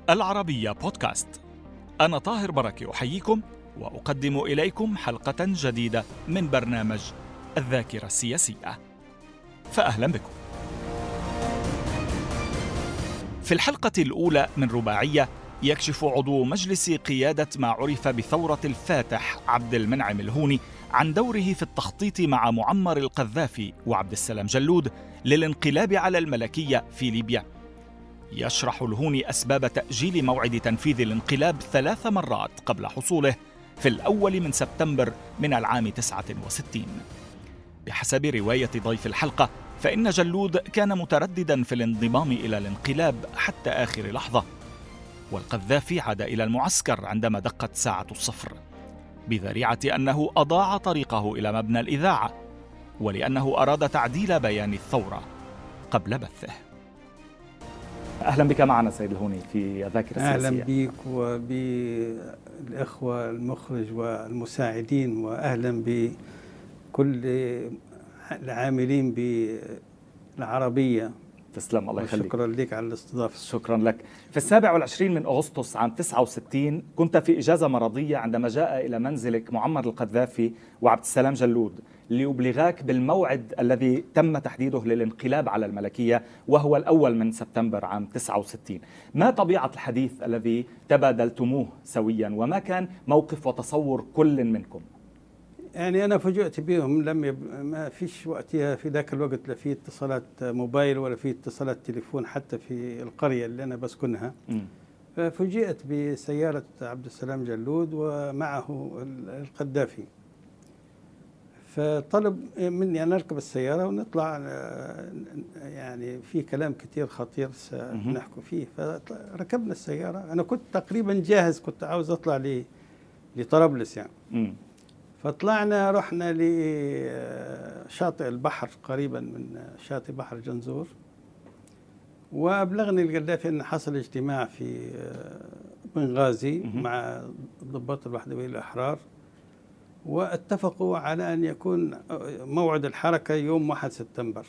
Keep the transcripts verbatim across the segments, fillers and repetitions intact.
العربية بودكاست. أنا طاهر بركة أحييكم وأقدم إليكم حلقة جديدة من برنامج الذاكرة السياسية، فأهلا بكم. في الحلقة الأولى من رباعية يكشف عضو مجلس قيادة ما عرف بثورة الفاتح عبد المنعم الهوني عن دوره في التخطيط مع معمر القذافي وعبد السلام جلود للانقلاب على الملكية في ليبيا. يشرح الهوني أسباب تأجيل موعد تنفيذ الانقلاب ثلاث مرات قبل حصوله في الأول من سبتمبر من العام تسعة وستين. بحسب رواية ضيف الحلقة فإن جلود كان مترددا في الانضمام إلى الانقلاب حتى آخر لحظة، والقذافي عاد إلى المعسكر عندما دقت ساعة الصفر، بذريعة أنه أضاع طريقه إلى مبنى الإذاعة، ولأنه أراد تعديل بيان الثورة قبل بثه. أهلا بك معنا سيد الهوني في الذاكرة السياسية. أهلا بك وبالإخوة المخرج والمساعدين، وأهلا بكل العاملين بالعربية. تسلم، الله يخليك. شكرا لك على الاستضافة. شكرا لك. في السابع والعشرين من أغسطس عام تسعة وستين كنت في إجازة مرضية عندما جاء إلى منزلك معمر القذافي وعبد السلام جلود ليبلغاك بالموعد الذي تم تحديده للانقلاب على الملكية، وهو الأول من سبتمبر عام تسعة وستين. ما طبيعة الحديث الذي تبادلتموه سويا، وما كان موقف وتصور كل منكم؟ يعني أنا فوجئت بهم، لم يب... ما فيش وقتها في ذاك الوقت لا في اتصالات موبايل ولا في اتصالات تليفون حتى في القرية اللي أنا بسكنها. م. ففوجئت بسيارة عبد السلام جلود ومعه القذافي، فطلب مني أن أركب السيارة ونطلع، يعني في كلام كتير خطير سنحكي فيه. فركبنا السيارة، أنا كنت تقريبا جاهز، كنت عاوز أطلع لي لطرابلس يعني. م. فطلعنا رحنا لشاطئ البحر قريبا من شاطئ بحر جنزور، وأبلغني القذافي أن حصل اجتماع في بنغازي مع ضباط الوحدوية الأحرار، واتفقوا على أن يكون موعد الحركة يوم واحد سبتمبر،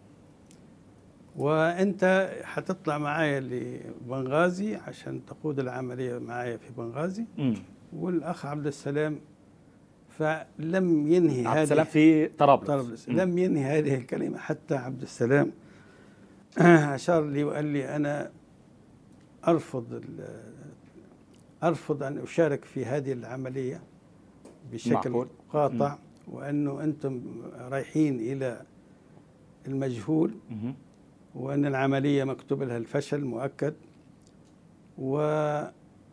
وأنت حتطلع معايا لبنغازي عشان تقود العملية معايا في بنغازي. م. والأخ عبد السلام فلم ينهي عبد السلام في طرابلس. لم ينهي هذه الكلمة حتى عبد السلام أشار لي وقال لي أنا أرفض أرفض أن أشارك في هذه العملية بشكل معقول. قاطع، م. وأنه أنتم رايحين إلى المجهول، م. وأن العملية مكتوب لها الفشل مؤكد. وأنا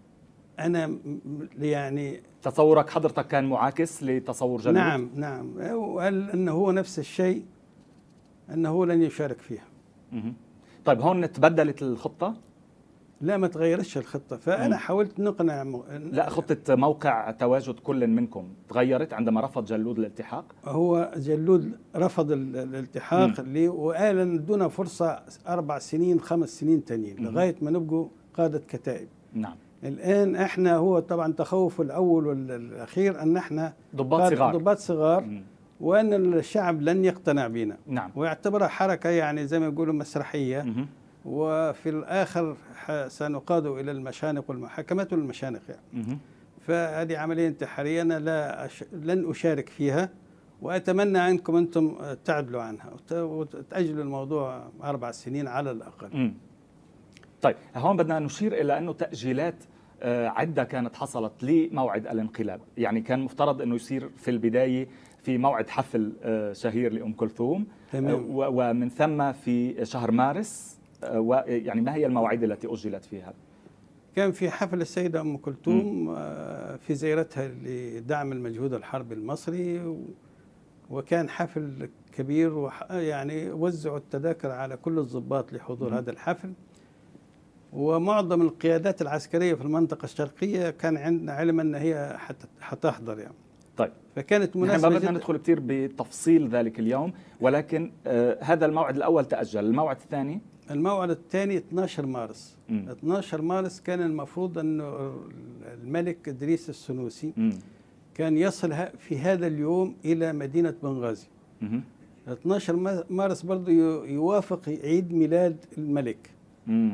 يعني تصورك حضرتك كان معاكس لتصور جلود؟ نعم نعم، وقال أنه هو نفس الشيء، أنه هو لن يشارك فيها. م. طيب هون تبدلت الخطة؟ لا، ما تغيرتش الخطة. فأنا م. حاولت نقنع م... لا، خطة موقع تواجد كل منكم تغيرت عندما رفض جلود الالتحاق؟ هو جلود رفض الالتحاق لي، وقال أن دون فرصة أربع سنين خمس سنين تانيين لغاية ما نبقوا قادة كتائب. نعم. الآن احنا هو طبعا تخوف الأول والأخير أن احنا ضباط صغار ضباط صغار م. وأن الشعب لن يقتنع بنا. نعم. ويعتبرها حركة يعني زي ما يقولوا مسرحية. م. وفي الآخر سنقاد إلى المشانق والمحاكمات والمشانق يعني. فهذه عملية انتحارية أنا لا أش... لن أشارك فيها، وأتمنى أنكم أنتم تعدلوا عنها وتأجلوا الموضوع أربع سنين على الأقل. م. طيب هون بدنا نشير إلى أنه تأجيلات عدة كانت حصلت لموعد الانقلاب، يعني كان مفترض أنه يصير في البداية في موعد حفل شهير لأم كلثوم، ومن ثم في شهر مارس، يعني ما هي المواعيد التي أجلت فيها؟ كان في حفل السيدة أم كلثوم في زيارتها لدعم المجهود الحربي المصري، وكان حفل كبير، يعني وزعوا التذاكر على كل الضباط لحضور م. هذا الحفل. ومعظم القيادات العسكرية في المنطقة الشرقية كان عندنا علم أن هي حتحضر يعني. طيب فكانت مناسبة. ما بدنا ندخل كثير بتفصيل ذلك اليوم، ولكن آه هذا الموعد الأول تأجل. الموعد الثاني الموعد الثاني اثني عشر مارس. م. اثني عشر مارس كان المفروض أنه الملك إدريس السنوسي م. كان يصل في هذا اليوم إلى مدينة بنغازي. م. اثني عشر مارس برضو يوافق عيد ميلاد الملك. م.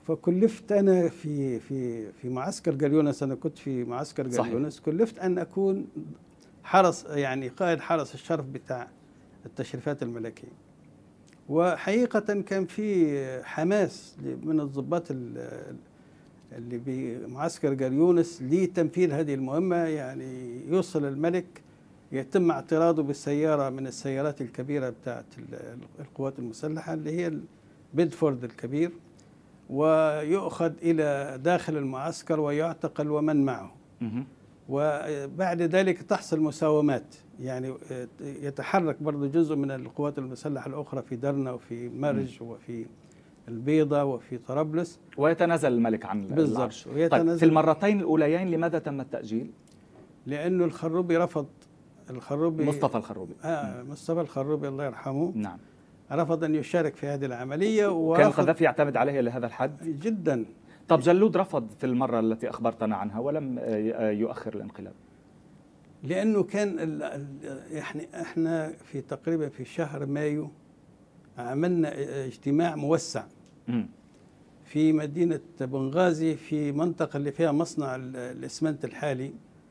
فكلفت أنا في في في معسكر جاليونس، أنا كنت في معسكر جاليونس، كلفت أن أكون حرس، يعني قائد حرس الشرف بتاع التشريفات الملكية. وحقيقة كان في حماس من الضباط اللي بمعسكر جاليونس لتنفيذ هذه المهمة. يعني يوصل الملك يتم اعتراضه بالسيارة من السيارات الكبيرة بتاعت القوات المسلحة اللي هي بيدفورد الكبير، ويؤخذ إلى داخل المعسكر ويعتقل ومن معه. وبعد ذلك تحصل مساومات، يعني يتحرك برضو جزء من القوات المسلحة الأخرى في درنا وفي مرج وفي البيضة وفي طرابلس، ويتنازل الملك عن العرش. طيب في المرتين الأوليين لماذا تم التأجيل؟ لأنه الخروبي رفض. الخروبي مصطفى الخروبي آه مصطفى الخروبي الله يرحمه، نعم، رفض أن يشارك في هذه العملية. كان القذافي يعتمد عليه لهذا الحد جدا. طب جلود رفض في المرة التي أخبرتنا عنها ولم يؤخر الانقلاب؟ لأنه كان يعني احنا في تقريبا في شهر مايو عملنا اجتماع موسع م. في مدينة بنغازي في منطقة اللي فيها مصنع الإسمنت الحالي،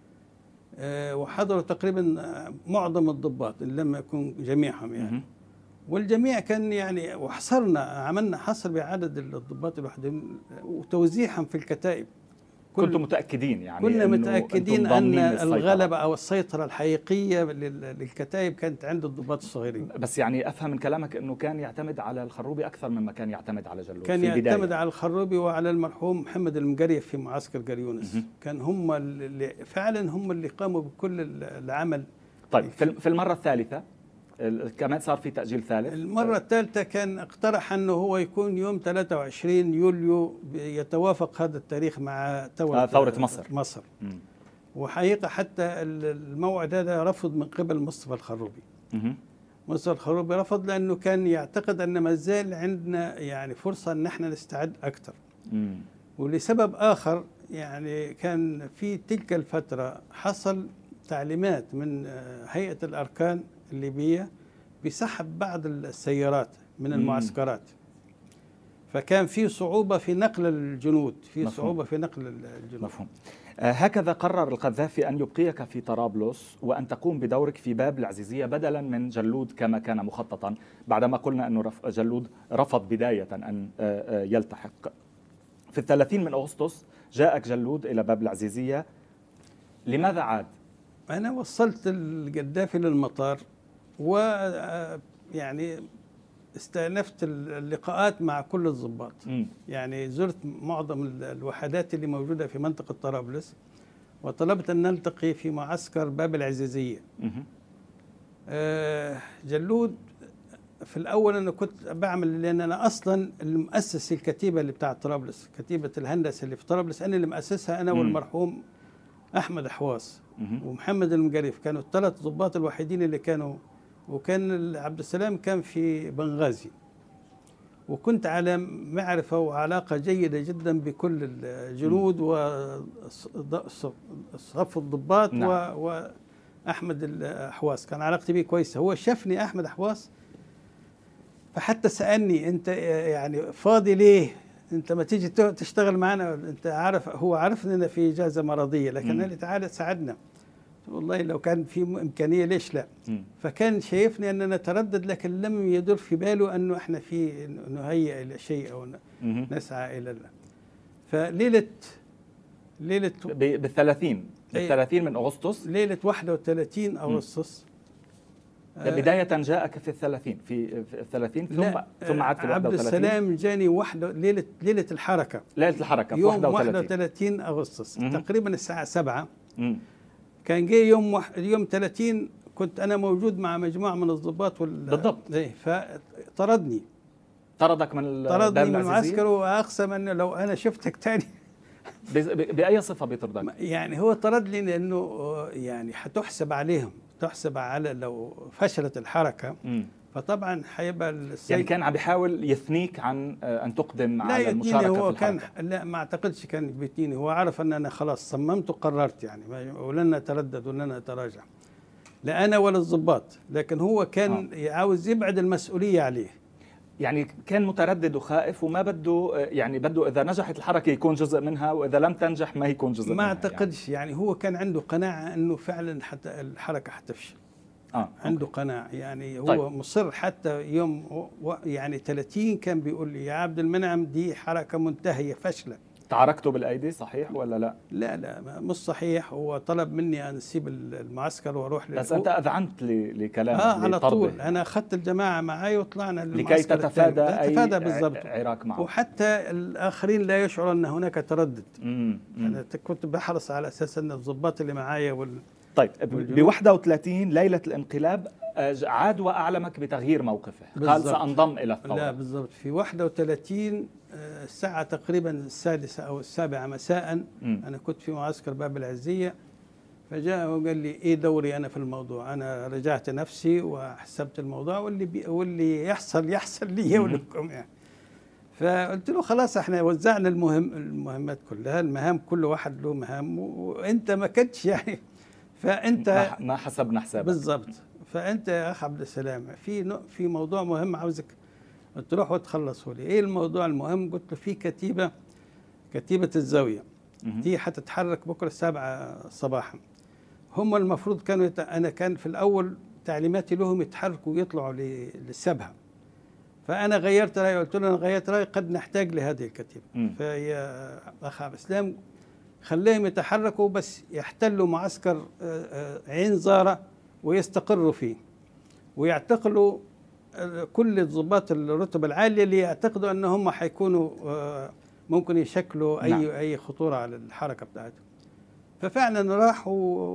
وحضروا تقريبا معظم الضباط إن لم يكن جميعهم يعني م. والجميع كان يعني، وحصرنا عملنا حصر بعدد الضباط الوحدين وتوزيعهم في الكتائب. كنتم متأكدين يعني كنا متأكدين أن الغلبة أو السيطرة الحقيقية للكتائب كانت عند الضباط الصغيرين. بس يعني أفهم من كلامك أنه كان يعتمد على الخروبي أكثر مما كان يعتمد على جلود. كان يعتمد البداية. على الخروبي وعلى المرحوم محمد المقريف في معسكر جاليونس. كان هم اللي فعلا هم اللي قاموا بكل العمل. طيب في المرة الثالثة كمان صار في تأجيل ثالث. المرة الثالثة كان اقترح أنه هو يكون يوم ثلاثة وعشرين يوليو، يتوافق هذا التاريخ مع ثورة, آه ثورة مصر, مصر. وحقيقة حتى الموعد هذا رفض من قبل مصطفى الخروبي. مصطفى الخروبي رفض لأنه كان يعتقد أن ما زال عندنا يعني فرصة أن احنا نستعد أكثر. ولسبب آخر، يعني كان في تلك الفترة حصل تعليمات من هيئة الأركان الليبية بسحب بعض السيارات من المعسكرات، فكان في صعوبة في نقل الجنود، في مفهوم. صعوبة في نقل الجنود. مفهوم. آه هكذا قرر القذافي أن يبقيك في طرابلس وأن تقوم بدورك في باب العزيزية بدلا من جلود كما كان مخططا، بعدما قلنا أنه رف جلود رفض بداية أن آه يلتحق. في الثلاثين من أغسطس جاءك جلود إلى باب العزيزية، لماذا عاد؟ أنا وصلت القذافي للمطار ويعني استأنفت اللقاءات مع كل الضباط. يعني زرت معظم الوحدات اللي موجودة في منطقة طرابلس وطلبت أن نلتقي في معسكر باب العزيزية. آه جلود في الأول أنا كنت بعمل، لأن أنا أصلا المؤسس الكتيبة اللي بتاع طرابلس، كتيبة الهندسة اللي في طرابلس، أنا اللي مؤسسها أنا والمرحوم أحمد حواس ومحمد المقريف، كانوا الثلاث ضباط الوحيدين اللي كانوا. وكان عبد السلام كان في بنغازي، وكنت على معرفة وعلاقة جيدة جدا بكل الجنود وصف الضباط. نعم. وأحمد الحواس كان علاقتي به كويسة. هو شافني أحمد حواس فحتى سألني أنت يعني فاضي ليه؟ أنت ما تيجي تشتغل معنا؟ أنت عارف، هو عارف أننا في إجازة مرضية، لكن قال لي تعال تساعدنا. والله لو كان في إمكانية ليش لا. م. فكان شايفني أننا نتردد، لكن لم يدر في باله أنه إحنا في نهيئ إلى شيء أو نسعى إلى الله. فليلة ليلة بالثلاثين بالثلاثين من أغسطس، ليلة واحد وثلاثين أغسطس بداية جاءك في الثلاثين في الثلاثين ثم ثم عاد في عبد السلام جاني واحدة ليلة ليلة الحركة ليلة الحركة يوم واحد وثلاثين أغسطس م. تقريبا الساعة سبعة. م. كان جاي يوم وح... يوم ثلاثين كنت أنا موجود مع مجموعة من الضباط وال... بالضبط. إيه فطردني طردك من طردني من المعسكر، وأقسم أنه لو أنا شفتك تاني. بأي صفة بيطردك؟ يعني هو طرد لي لأنه يعني حتحسب عليهم، تحسب على لو فشلت الحركة. م. فطبعا حيبقى السيد يعني كان عم بيحاول يثنيك عن أن تقدم على المشاركة هو في الحركة. كان لا ما أعتقدش كان بيتيني، هو عارف أن أنا خلاص صممت وقررت يعني ولن أتردد ولن أتراجع، لا أنا ولا الضباط، لكن هو كان آه. عاوز يبعد المسؤولية عليه. يعني كان متردد وخائف وما بده، يعني بده إذا نجحت الحركة يكون جزء منها، وإذا لم تنجح ما يكون جزء ما منها. ما أعتقدش يعني. يعني هو كان عنده قناعة أنه فعلا حتى الحركة حتفشل. آه. عنده قناعة يعني. هو طيب. مصر حتى يوم يعني ثلاثين كان بيقول لي يا عبد المنعم دي حركة منتهية فشلة. تعاركته بالأيدي صحيح ولا لا؟ لا لا مش صحيح. هو طلب مني أن أسيب المعسكر وأروح بس أنت أذعنت لكلامه. آه على طول. أنا أخذت الجماعة معي وطلعنا لكي تتفادى أي تتفادى بالضبط عراك معه، وحتى الآخرين لا يشعر أن هناك تردد. مم. مم. أنا كنت بحرص على أساس أن الضباط اللي معايا وال طيب ب واحد وثلاثين ليلة الانقلاب عاد وأعلمك بتغيير موقفه، قال سأنضم إلى الثورة. لا بالضبط. في واحد وثلاثين الساعة تقريبا السادسة أو السابعة مساء م. أنا كنت في معسكر باب العزية، فجاء وقال لي إيه دوري أنا في الموضوع. أنا رجعت نفسي وحسبت الموضوع واللي بي واللي يحصل يحصل لي ولكم يعني. فقلت له خلاص احنا وزعنا المهم المهمات كلها، المهام كل واحد له مهام وانت ما كنتش يعني. فانت ما حسبنا حسابك بالضبط. فانت يا اخ عبد السلام في في موضوع مهم عاوزك تروح وتخلصه لي. ايه الموضوع المهم؟ قلت له في كتيبه كتيبه الزاويه دي حتتحرك بكره السابعة صباحا. هم المفروض كانوا يت... انا كان في الاول تعليماتي لهم يتحركوا ويطلعوا للسبهه، فانا غيرت رايي. قلت له انا غيرت رايي قد نحتاج لهذه الكتيبه. فيا اخ عبد السلام خليهم يتحركوا بس يحتلوا معسكر عين زارة ويستقروا فيه، ويعتقلوا كل الضباط الرتب العالية اللي يعتقدوا أن هم حيكونوا ممكن يشكلوا أي نعم. أي خطورة على الحركة بتاعتهم. ففعلا راح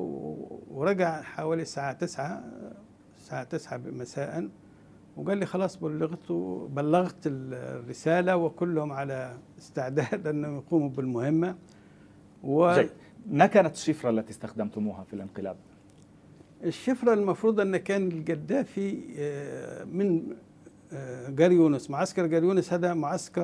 ورجع حوالي الساعة تسعة الساعة تسعة مساء وقال لي خلاص بلغت بلغت الرسالة وكلهم على استعداد أنهم يقوموا بالمهمة. و... جيد. ما كانت الشفرة التي استخدمتموها في الانقلاب؟ الشفرة المفروض أن كان القذافي من جريونس، معسكر جريونس هذا معسكر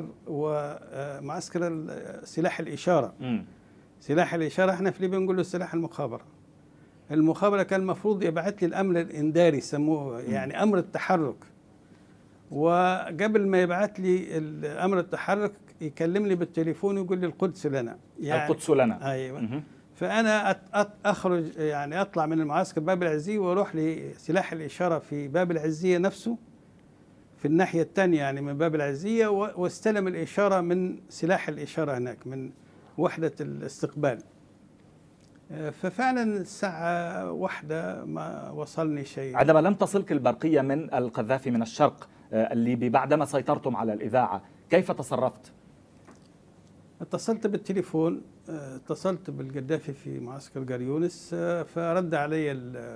ومعسكر سلاح الإشارة. م. سلاح الإشارة احنا في ليبيا نقول له سلاح المخابرة. المخابرة كان المفروض يبعث لي الأمر الإنذاري يسموه يعني أمر التحرك، وقبل ما يبعث لي الأمر التحرك يكلمني بالتليفون ويقول لي القدس لنا. يعني القدس لنا. أيوة. م- فأنا أخرج يعني أطلع من المعسكر باب العزية وأروح لسلاح الإشارة في باب العزية نفسه في الناحية الثانية يعني من باب العزية، واستلم الإشارة من سلاح الإشارة هناك من وحدة الاستقبال. ففعلا الساعة واحدة ما وصلني شيء. عندما لم تصلك البرقية من القذافي من الشرق الليبي بعدما سيطرتم على الإذاعة، كيف تصرفت؟ اتصلت بالتليفون، اتصلت بالقذافي في معسكر جريونس، فرد علي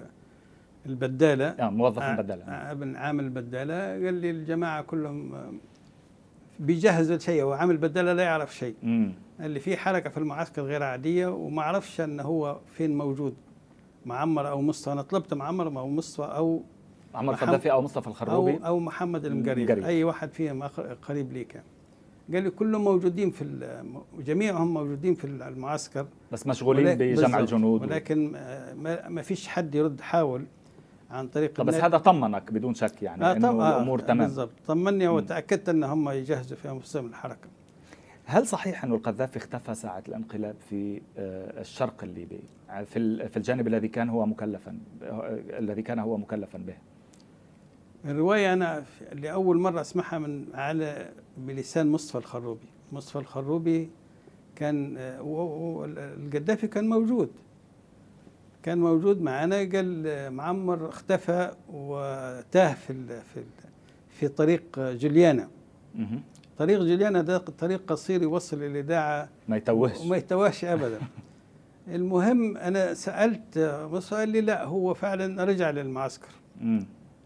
البدالة آه موظف البدالة ابن عامل البدالة، قال لي الجماعة كلهم بيجهزوا شيء وعامل البدالة لا يعرف شيء. مم. قال لي في حركة في المعسكر غير عادية وما عرفش أنه هو فين موجود، معمر أو مصطفى. أنا طلبت معمر أو مصطفى أو معمر القذافي أو مصطفى الخروبي أو, أو محمد المقريف، أي واحد فيهم قريب لي كان. قال لي كلهم موجودين في جميعهم موجودين في المعسكر بس مشغولين بجمع الجنود، ولكن ما فيش حد يرد. حاول عن طريق طب بس هذا طمنك بدون شك يعني آه انه آه الامور تمام. بالضبط طمني وتاكدت ان هم يجهزوا في انفسهم الحركه. هل صحيح انه القذافي اختفى ساعه الانقلاب في الشرق الليبي في في الجانب الذي كان هو مكلفا الذي كان هو مكلفا به؟ الروايه انا لاول مره اسمعها من على بلسان مصطفى الخروبي. مصطفى الخروبي كان القذافي كان موجود كان موجود معنا. قال معمر اختفى وتاه في في في طريق جوليانا. طريق جوليانا ده طريق قصير يوصل للإذاعة ما يتوهش وما يتوهش أبدا. المهم أنا سألت مصطفى قال لي لا هو فعلا رجع للمعسكر. مم.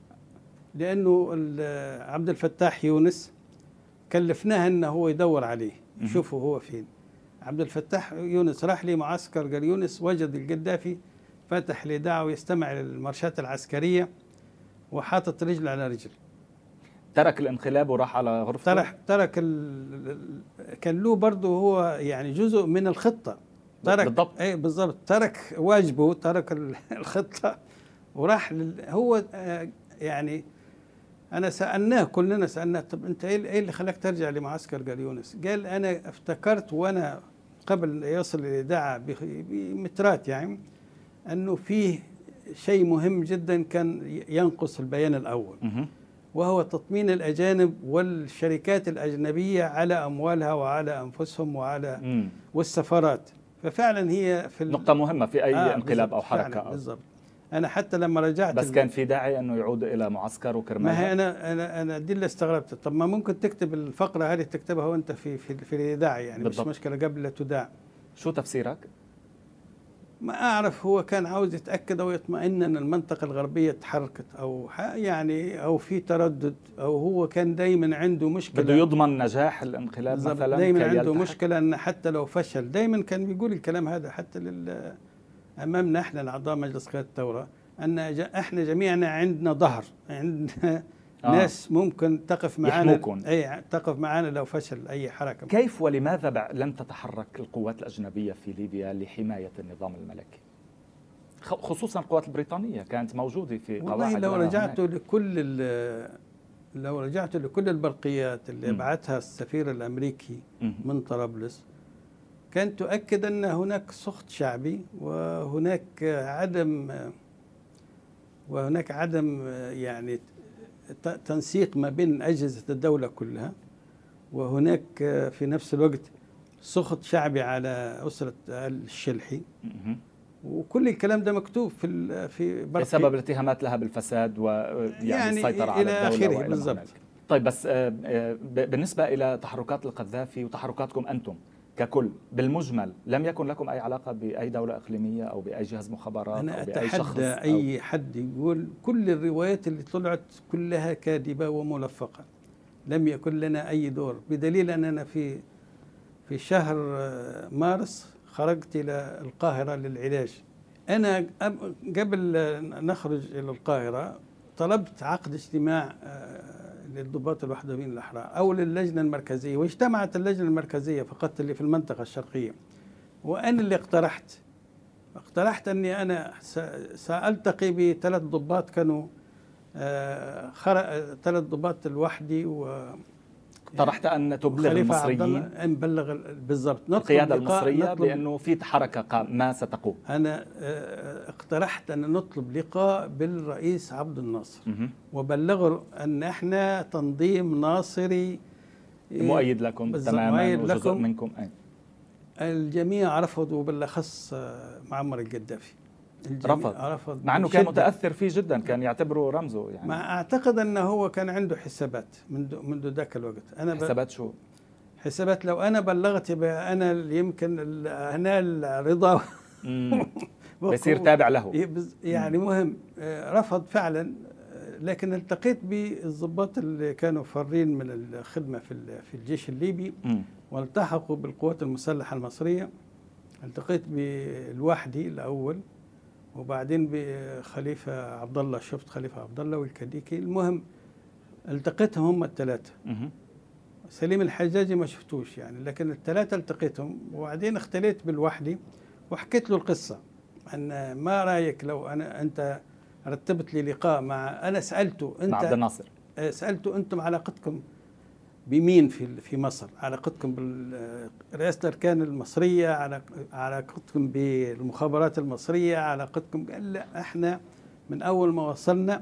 لأنه عبد الفتاح يونس كلفناه أنه هو يدور عليه يشوفه هو فين. عبد الفتاح يونس راح لي معسكر جريونس وجد القذافي فتح الإذاعة ويستمع للمارشات العسكرية وحاطط رجل على رجل. ترك الانقلاب وراح على غرفته. ترك ترك كان له برضه هو يعني جزء من الخطة. ترك بالضبط اي بالضبط ترك واجبه ترك الخطة وراح لل... هو يعني أنا سألناه، كلنا سألناه طب أنت إيه اللي خلاك ترجع لمعسكر جاليونس؟ قال أنا افتكرت وأنا قبل يصل الإذاعة بمترات يعني أنه فيه شيء مهم جدا كان ينقص البيان الأول، وهو تطمين الأجانب والشركات الأجنبية على أموالها وعلى أنفسهم وعلى مم. والسفارات. ففعلا هي في نقطة مهمة في أي آه انقلاب أو حركة. بالضبط. أنا حتى لما رجعت بس كان في داعي أنه يعود إلى معسكر وكرمال. ما هي أنا أنا أنا دي اللي استغربت. طب ما ممكن تكتب الفقرة هذه تكتبها وأنت في في, في الإذاعة يعني بالضبط. مش مشكلة قبل لا تذاع. شو تفسيرك؟ ما أعرف، هو كان عاوز يتأكد أو يطمئن أن المنطقة الغربية تحركت أو يعني أو في تردد، أو هو كان دايما عنده مشكلة بده يضمن نجاح الانقلاب مثلا. دايما عنده مشكلة أن حتى لو فشل دايما كان بيقول الكلام هذا حتى لل أمامنا إحنا أعضاء مجلس قيادة الثورة، أن إحنا جميعنا عندنا ظهر، عندنا آه. ناس ممكن تقف معنا، أي تقف معنا لو فشل أي حركة. كيف ولماذا لم تتحرك القوات الأجنبية في ليبيا لحماية النظام الملكي؟ خصوصا القوات البريطانية كانت موجودة في قواعد. والله لو رجعت لكل لو رجعت لكل البرقيات اللي بعتها السفير الأمريكي م. من طرابلس، كانت تؤكد أن هناك سخط شعبي وهناك عدم وهناك عدم يعني تنسيق ما بين أجهزة الدولة كلها، وهناك في نفس الوقت سخط شعبي على أسرة الشلحي، وكل الكلام ده مكتوب في في بسبب الاتهامات لها بالفساد ويعني يعني السيطرة على الدولة وإلى بالضبط. طيب بس بالنسبة إلى تحركات القذافي وتحركاتكم أنتم ككل بالمجمل، لم يكن لكم أي علاقة بأي دولة إقليمية أو بأي جهاز مخابرات أنا أو بأي شخص؟ أنا أتحدى أي حد يقول كل الروايات اللي طلعت كلها كاذبة وملفقة، لم يكن لنا أي دور، بدليل أننا في في شهر مارس خرجت إلى القاهرة للعلاج. أنا قبل نخرج إلى القاهرة طلبت عقد اجتماع للضباط الوحدويين الأحرار أو للجنة المركزية، واجتمعت اللجنة المركزية فقط اللي في المنطقة الشرقية، وأنا اللي اقترحت اقترحت أني أنا سألتقي بثلاث ضباط كانوا ثلاث ضباط الوحدي، و اقترحت أن تبلغ المصريين أن نبلغ بالضبط القيادة المصرية بأنه في حركة ما ستقوم. أنا اقترحت أن نطلب لقاء بالرئيس عبد الناصر وبلغه أن احنا تنظيم ناصري مؤيد لكم تماما وجزء منكم. أي. الجميع رفضوا بالأخص معمر القذافي. رفض. رفض مع أنه كان متأثر فيه جدا، كان يعتبره رمزه يعني. ما أعتقد أنه هو كان عنده حسابات منذ منذ ذاك الوقت. أنا حسابات شو؟ حسابات لو أنا بلغت أنا يمكن أنال رضا بيصير تابع له يعني. مهم رفض فعلا، لكن التقيت بالضباط اللي كانوا فارين من الخدمة في في الجيش الليبي والتحقوا بالقوات المسلحة المصرية. التقيت بالوحدي الأول وبعدين بخليفة عبد الله، شفت خليفة عبد الله والكديكي. المهم التقيتهم هم الثلاثة. سليم الحجاجي ما شفتوش يعني، لكن الثلاثة التقيتهم، وبعدين اختليت بالوحدي وحكيت له القصة أن ما رأيك لو أنا أنت رتبت لي لقاء مع، أنا سألته أنت مع عبد الناصر، سألته أنتم علاقتكم بمين في في مصر؟ علاقتكم برئاسة الأركان المصرية، علاقتكم بالمخابرات المصرية، علاقتكم؟ قال لا، احنا من أول ما وصلنا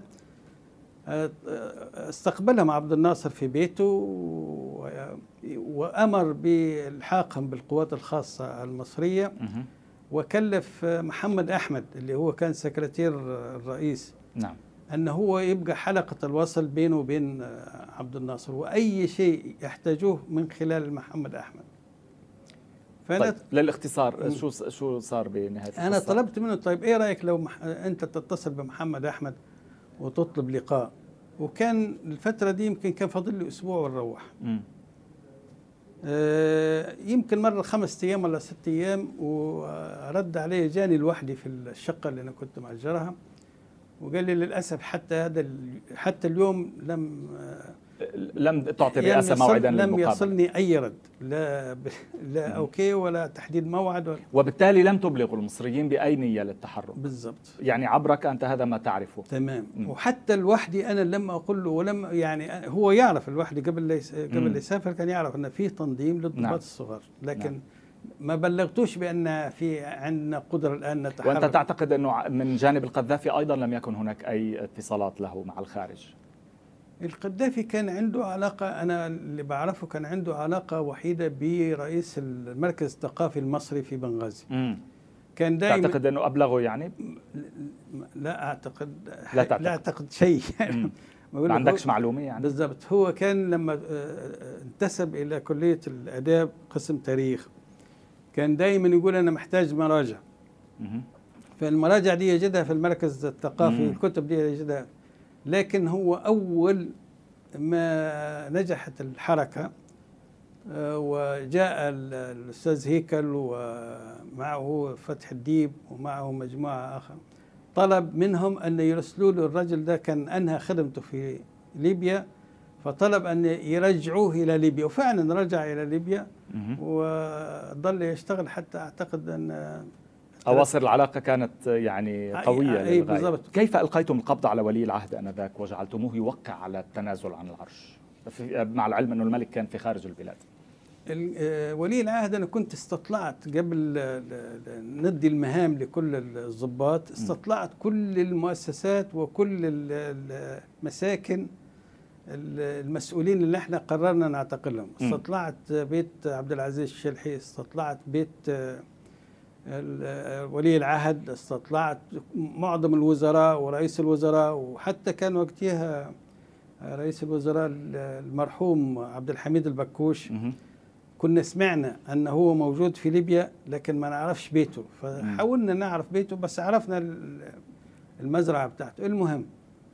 استقبلهم عبد الناصر في بيته وأمر بالحاقهم بالقوات الخاصة المصرية، وكلف محمد أحمد اللي هو كان سكرتير الرئيس نعم أنه هو يبقى حلقة الوصل بينه وبين عبد الناصر، وأي شيء يحتاجوه من خلال محمد أحمد. فأنا طيب للاختصار شو شو صار بنهاية أنا طلبت منه طيب إيه رأيك لو مح... أنت تتصل بمحمد أحمد وتطلب لقاء، وكان الفترة دي يمكن كان فاضل لي أسبوع ونروح. آه يمكن مرة خمس أيام ولا ست أيام ورد علي، جاني لوحدي في الشقة اللي أنا كنت مأجرها، وقال لي للأسف حتى هذا حتى اليوم لم لم تعطي الرئاسة موعدا لم للمقابلة. يصلني أي رد، لا ب... لا أوكي ولا تحديد موعد ولا. وبالتالي لم تبلغ المصريين بأي نية للتحرك. بالضبط. يعني عبرك أنت هذا ما تعرفه. تمام. م. وحتى الوحدي أنا لما أقول له، ولم يعني هو يعرف الوحدي قبل لا قبل لا يسافر كان يعرف أن فيه تنظيم للضباط نعم. الصغار، لكن نعم. ما بلغتوش بأن في عندنا قدرة الآن نتحرك. وأنت تعتقد أنه من جانب القذافي أيضا لم يكن هناك أي اتصالات له مع الخارج؟ القذافي كان عنده علاقة، أنا اللي بعرفه كان عنده علاقة وحيدة برئيس المركز الثقافي المصري في بنغازي. مم. كان دائما. تعتقد أنه أبلغه يعني؟ لا أعتقد. لا تعتقد, لا أعتقد شيء. ما عندكش معلومة يعني؟ بالضبط. هو كان لما انتسب إلى كلية الآداب قسم تاريخ كان دائما يقول أنا محتاج مراجع. مم. فالمراجع دي يجدها في المركز الثقافي. مم. الكتب دي يجدها. لكن هو أول ما نجحت الحركة وجاء الأستاذ هيكل ومعه فتح الديب ومعه مجموعة آخر، طلب منهم أن يرسلوا له الرجل ده، كان أنهى خدمته في ليبيا، فطلب أن يرجعوه إلى ليبيا، وفعلا رجع إلى ليبيا وظل يشتغل حتى أعتقد أن أواصر العلاقة كانت يعني قوية. أي بالضبط. كيف ألقيتم القبض على ولي العهد آنذاك وجعلتموه يوقع على التنازل عن العرش، مع العلم أنه الملك كان في خارج البلاد؟ ولي العهد أنا كنت استطلعت قبل ندي المهام لكل الضباط، استطلعت كل المؤسسات وكل المساكن المسؤولين اللي احنا قررنا نعتقلهم. استطلعت بيت عبد العزيز الشلحي، استطلعت بيت ولي العهد، استطلعت معظم الوزراء ورئيس الوزراء، وحتى كان وقتها رئيس الوزراء المرحوم عبد الحميد البكوش. كنا سمعنا أنه هو موجود في ليبيا لكن ما نعرفش بيته، فحاولنا نعرف بيته بس عرفنا المزرعة بتاعته. المهم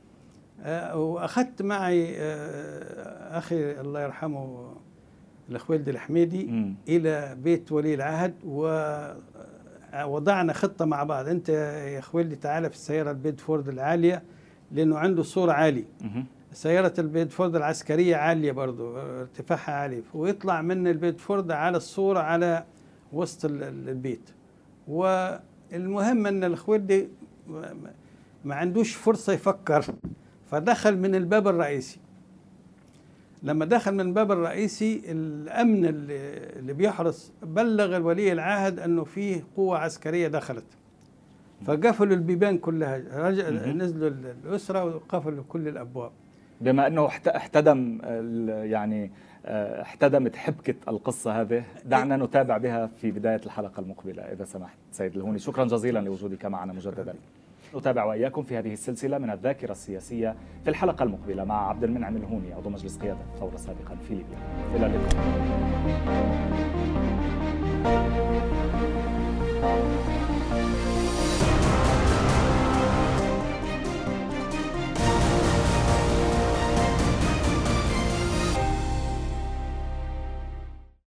وأخذت معي أخي الله يرحمه الأخويلدي الحميدي إلى بيت ولي العهد، ووضعنا خطة مع بعض. أنت يا أخويلدي تعالى في السيارة البيدفورد العالية لأنه عنده صورة عالي، سيارة البيدفورد العسكرية عالية برضو ارتفاعها عالي، ويطلع من البيدفورد على الصورة على وسط البيت. والمهم أن الأخويلدي ما عندوش فرصة يفكر، فدخل من الباب الرئيسي. لما دخل من الباب الرئيسي الأمن اللي بيحرس بلغ الولي العهد أنه فيه قوة عسكرية دخلت، فقفلوا البيبان كلها، رجع نزلوا الأسرة وقفلوا كل الأبواب. بما أنه احتدم يعني احتدمت حبكة القصة هذه، دعنا نتابع بها في بداية الحلقة المقبلة إذا سمحت سيد الهوني. شكرا جزيلا لوجودك معنا مجددا. نتابع وإياكم في هذه السلسلة من الذاكرة السياسية في الحلقة المقبلة مع عبد المنعم الهوني عضو مجلس قيادة الثورة سابقا في ليبيا. إلى اللقاء.